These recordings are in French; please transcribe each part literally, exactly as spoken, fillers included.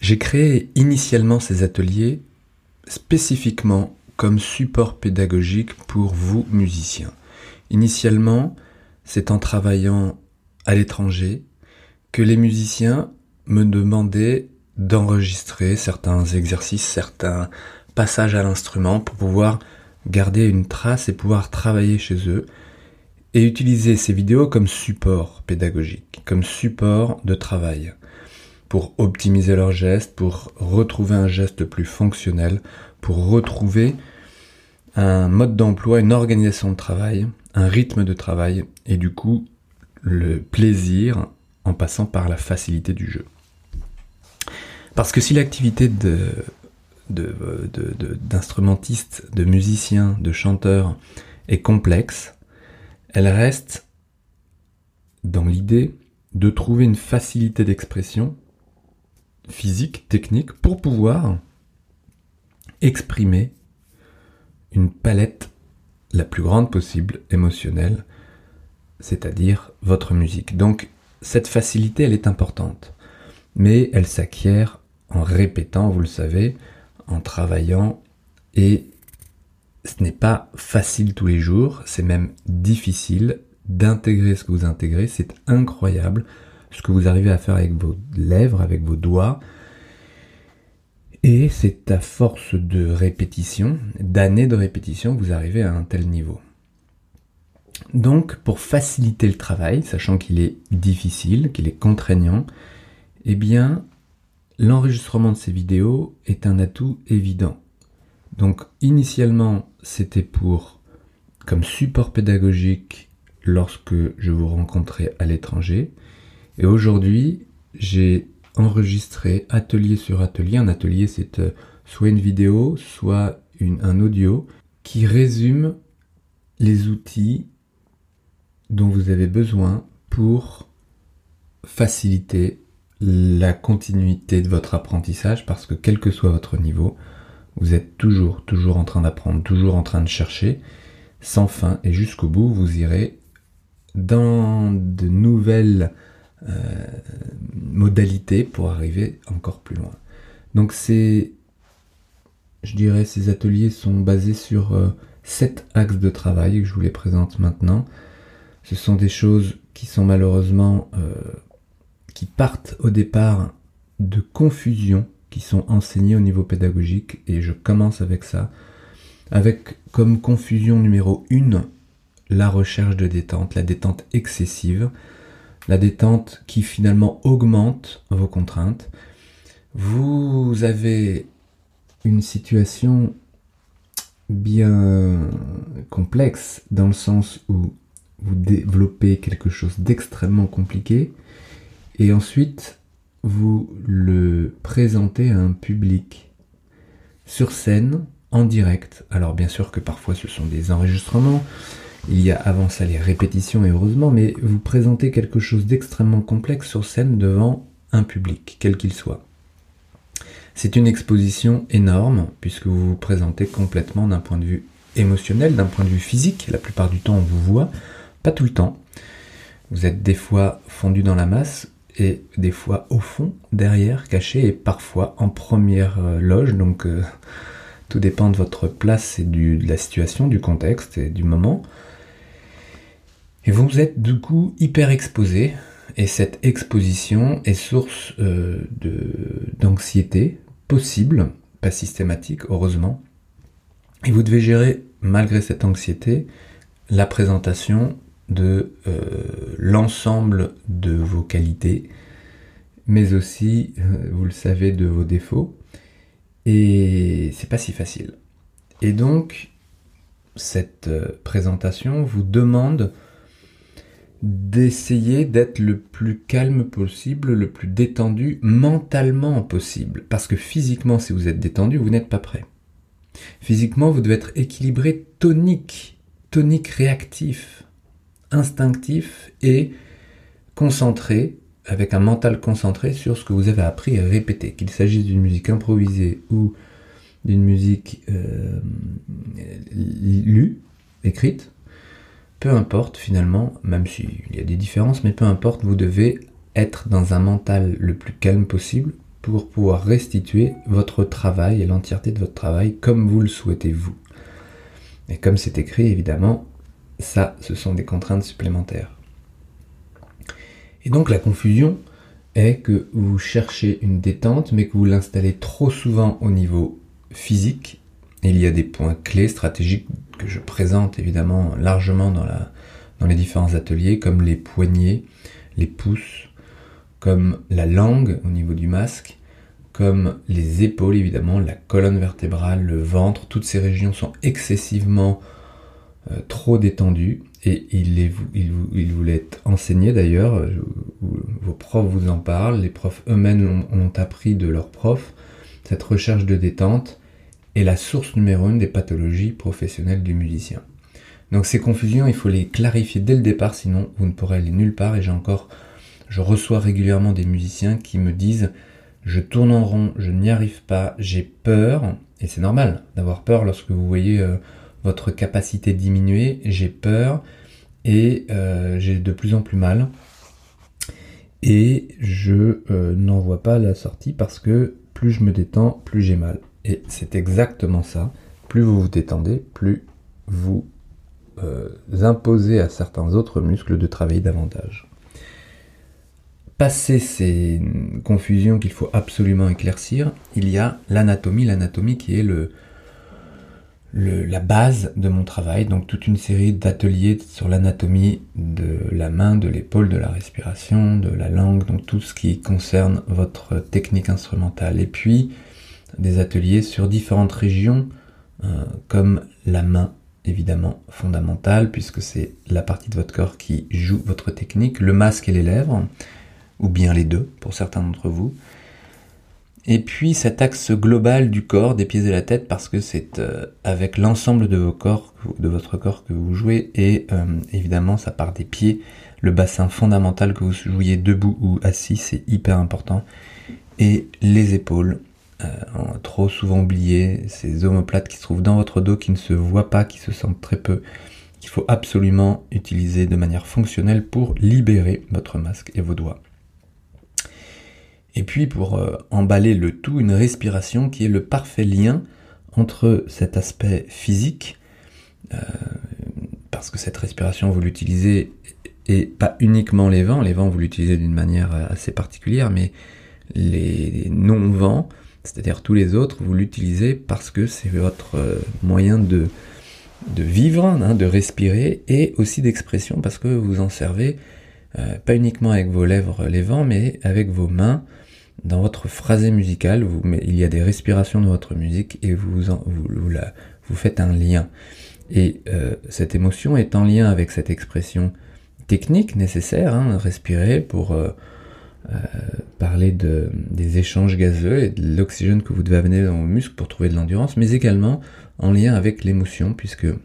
J'ai créé initialement ces ateliers spécifiquement comme support pédagogique pour vous musiciens. Initialement, c'est en travaillant à l'étranger que les musiciens me demandaient d'enregistrer certains exercices, certains passages à l'instrument pour pouvoir garder une trace et pouvoir travailler chez eux et utiliser ces vidéos comme support pédagogique, comme support de travail pour optimiser leurs gestes, pour retrouver un geste plus fonctionnel, pour retrouver un mode d'emploi, une organisation de travail, un rythme de travail et du coup le plaisir en passant par la facilité du jeu. Parce que si l'activité de, de, de, de, d'instrumentiste, de musicien, de chanteur est complexe, elle reste dans l'idée de trouver une facilité d'expression physique, technique, pour pouvoir exprimer une palette la plus grande possible, émotionnelle, c'est-à-dire votre musique. Donc, cette facilité, elle est importante, mais elle s'acquiert en répétant, vous le savez, en travaillant, et ce n'est pas facile tous les jours, c'est même difficile d'intégrer ce que vous intégrez, c'est incroyable ce que vous arrivez à faire avec vos lèvres, avec vos doigts, et c'est à force de répétition, d'années de répétition, que vous arrivez à un tel niveau. Donc, pour faciliter le travail, sachant qu'il est difficile, qu'il est contraignant, eh bien, l'enregistrement de ces vidéos est un atout évident. Donc, initialement, c'était pour, comme support pédagogique lorsque je vous rencontrais à l'étranger. Et aujourd'hui, j'ai enregistré atelier sur atelier. Un atelier, c'est soit une vidéo, soit une, un audio qui résume les outils dont vous avez besoin pour faciliter la continuité de votre apprentissage, parce que quel que soit votre niveau, vous êtes toujours, toujours en train d'apprendre, toujours en train de chercher, sans fin, et jusqu'au bout, vous irez dans de nouvelles euh, modalités pour arriver encore plus loin. Donc c'est, je dirais, ces ateliers sont basés sur euh, sept axes de travail que je vous les présente maintenant. Ce sont des choses qui sont malheureusement, euh, qui partent au départ de confusion, qui sont enseignées au niveau pédagogique, et je commence avec ça, avec comme confusion numéro une, la recherche de détente, la détente excessive, la détente qui finalement augmente vos contraintes. Vous avez une situation bien complexe dans le sens où vous développez quelque chose d'extrêmement compliqué et ensuite vous le présentez à un public sur scène, en direct. Alors bien sûr que parfois ce sont des enregistrements, il y a avant ça les répétitions et heureusement, mais vous présentez quelque chose d'extrêmement complexe sur scène devant un public, quel qu'il soit. C'est une exposition énorme puisque vous vous présentez complètement d'un point de vue émotionnel, d'un point de vue physique. La plupart du temps on vous voit, pas tout le temps. Vous êtes des fois fondu dans la masse et des fois au fond, derrière, caché et parfois en première euh, loge. Donc euh, tout dépend de votre place et du, de la situation, du contexte et du moment. Et vous êtes du coup hyper exposé. Et cette exposition est source euh, de, d'anxiété possible, pas systématique, heureusement. Et vous devez gérer, malgré cette anxiété, la présentation de euh, l'ensemble de vos qualités, mais aussi, euh, vous le savez, de vos défauts. Et c'est pas si facile. Et donc, cette euh, présentation vous demande d'essayer d'être le plus calme possible, le plus détendu mentalement possible. Parce que physiquement, si vous êtes détendu, vous n'êtes pas prêt. Physiquement, vous devez être équilibré, tonique, tonique réactif, instinctif et concentré, avec un mental concentré sur ce que vous avez appris et répété. Qu'il s'agisse d'une musique improvisée ou d'une musique euh, lue, écrite, peu importe finalement, même s'il y a des différences, mais peu importe, vous devez être dans un mental le plus calme possible, pour pouvoir restituer votre travail et l'entièreté de votre travail comme vous le souhaitez vous. Et comme c'est écrit, évidemment, ça, ce sont des contraintes supplémentaires. Et donc la confusion est que vous cherchez une détente, mais que vous l'installez trop souvent au niveau physique. Et il y a des points clés stratégiques que je présente évidemment largement dans, la, dans les différents ateliers, comme les poignets, les pouces, comme la langue au niveau du masque, comme les épaules évidemment, la colonne vertébrale, le ventre. Toutes ces régions sont excessivement euh, trop détendues et il, les, il, vous, il vous l'est enseigné d'ailleurs, vos profs vous en parlent, les profs eux-mêmes l'ont, l'ont appris de leurs profs. Cette recherche de détente est la source numéro une des pathologies professionnelles du musicien. Donc ces confusions, il faut les clarifier dès le départ, sinon vous ne pourrez aller nulle part. Et j'ai encore, je reçois régulièrement des musiciens qui me disent « je tourne en rond, je n'y arrive pas, j'ai peur ». Et c'est normal d'avoir peur lorsque vous voyez euh, votre capacité diminuer. J'ai peur et euh, j'ai de plus en plus mal. Et je euh, n'en vois pas la sortie parce que plus je me détends, plus j'ai mal. Et c'est exactement ça. Plus vous vous détendez, plus vous euh, imposez à certains autres muscles de travailler davantage. Passé ces confusions qu'il faut absolument éclaircir, il y a l'anatomie, l'anatomie qui est le, le, la base de mon travail. Donc toute une série d'ateliers sur l'anatomie de la main, de l'épaule, de la respiration, de la langue, donc tout ce qui concerne votre technique instrumentale. Et puis des ateliers sur différentes régions, euh, comme la main, évidemment fondamentale, puisque c'est la partie de votre corps qui joue votre technique, le masque et les lèvres, ou bien les deux, pour certains d'entre vous. Et puis cet axe global du corps, des pieds et de la tête, parce que c'est euh, avec l'ensemble de vos corps, de votre corps que vous jouez, et euh, évidemment ça part des pieds, le bassin fondamental que vous jouiez debout ou assis, c'est hyper important, et les épaules, euh, trop souvent oubliées, ces omoplates qui se trouvent dans votre dos, qui ne se voient pas, qui se sentent très peu, qu'il faut absolument utiliser de manière fonctionnelle pour libérer votre masque et vos doigts. Et puis pour euh, emballer le tout, une respiration qui est le parfait lien entre cet aspect physique, euh, parce que cette respiration vous l'utilisez, et pas uniquement les vents, les vents vous l'utilisez d'une manière assez particulière, mais les non-vents, c'est-à-dire tous les autres, vous l'utilisez parce que c'est votre euh, moyen de, de vivre, hein, de respirer, et aussi d'expression, parce que vous en servez euh, pas uniquement avec vos lèvres les vents, mais avec vos mains. Dans votre phrasé musical, vous, mais il y a des respirations dans votre musique et vous, en, vous, vous, la, vous faites un lien. Et euh, cette émotion est en lien avec cette expression technique nécessaire, hein, respirer pour euh, euh, parler de, des échanges gazeux et de l'oxygène que vous devez amener dans vos muscles pour trouver de l'endurance, mais également en lien avec l'émotion, puisque euh,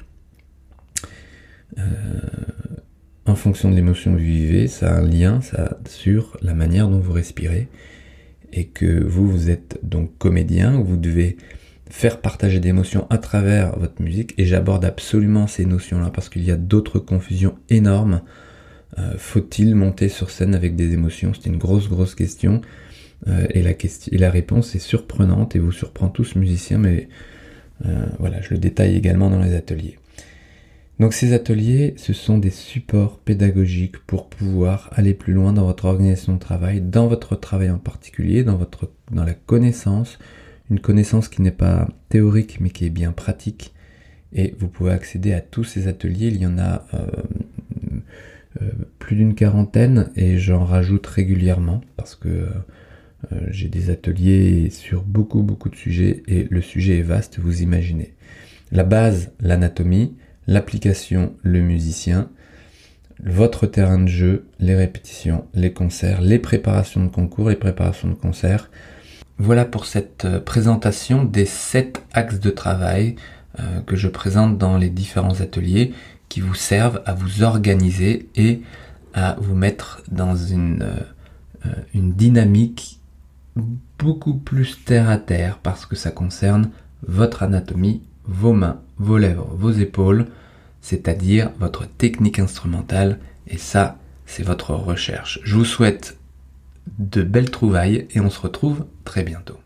en fonction de l'émotion que vous vivez, ça a un lien ça, sur la manière dont vous respirez. Et que vous, vous êtes donc comédien, vous devez faire partager des émotions à travers votre musique, et j'aborde absolument ces notions-là, parce qu'il y a d'autres confusions énormes. Euh, faut-il monter sur scène avec des émotions ? C'est une grosse, grosse question, euh, et, la question et la réponse est surprenante, et vous surprend tous musiciens, mais euh, voilà, je le détaille également dans les ateliers. Donc ces ateliers, ce sont des supports pédagogiques pour pouvoir aller plus loin dans votre organisation de travail, dans votre travail en particulier, dans, votre, dans la connaissance, une connaissance qui n'est pas théorique mais qui est bien pratique. Et vous pouvez accéder à tous ces ateliers, il y en a euh, euh, plus d'une quarantaine et j'en rajoute régulièrement parce que euh, j'ai des ateliers sur beaucoup beaucoup de sujets et le sujet est vaste, vous imaginez. La base, l'anatomie, l'application, le musicien, votre terrain de jeu, les répétitions, les concerts, les préparations de concours, les préparations de concerts. Voilà pour cette présentation des sept axes de travail euh, que je présente dans les différents ateliers qui vous servent à vous organiser et à vous mettre dans une, euh, une dynamique beaucoup plus terre à terre parce que ça concerne votre anatomie, vos mains, vos lèvres, vos épaules, c'est-à-dire votre technique instrumentale, et ça, c'est votre recherche. Je vous souhaite de belles trouvailles et on se retrouve très bientôt.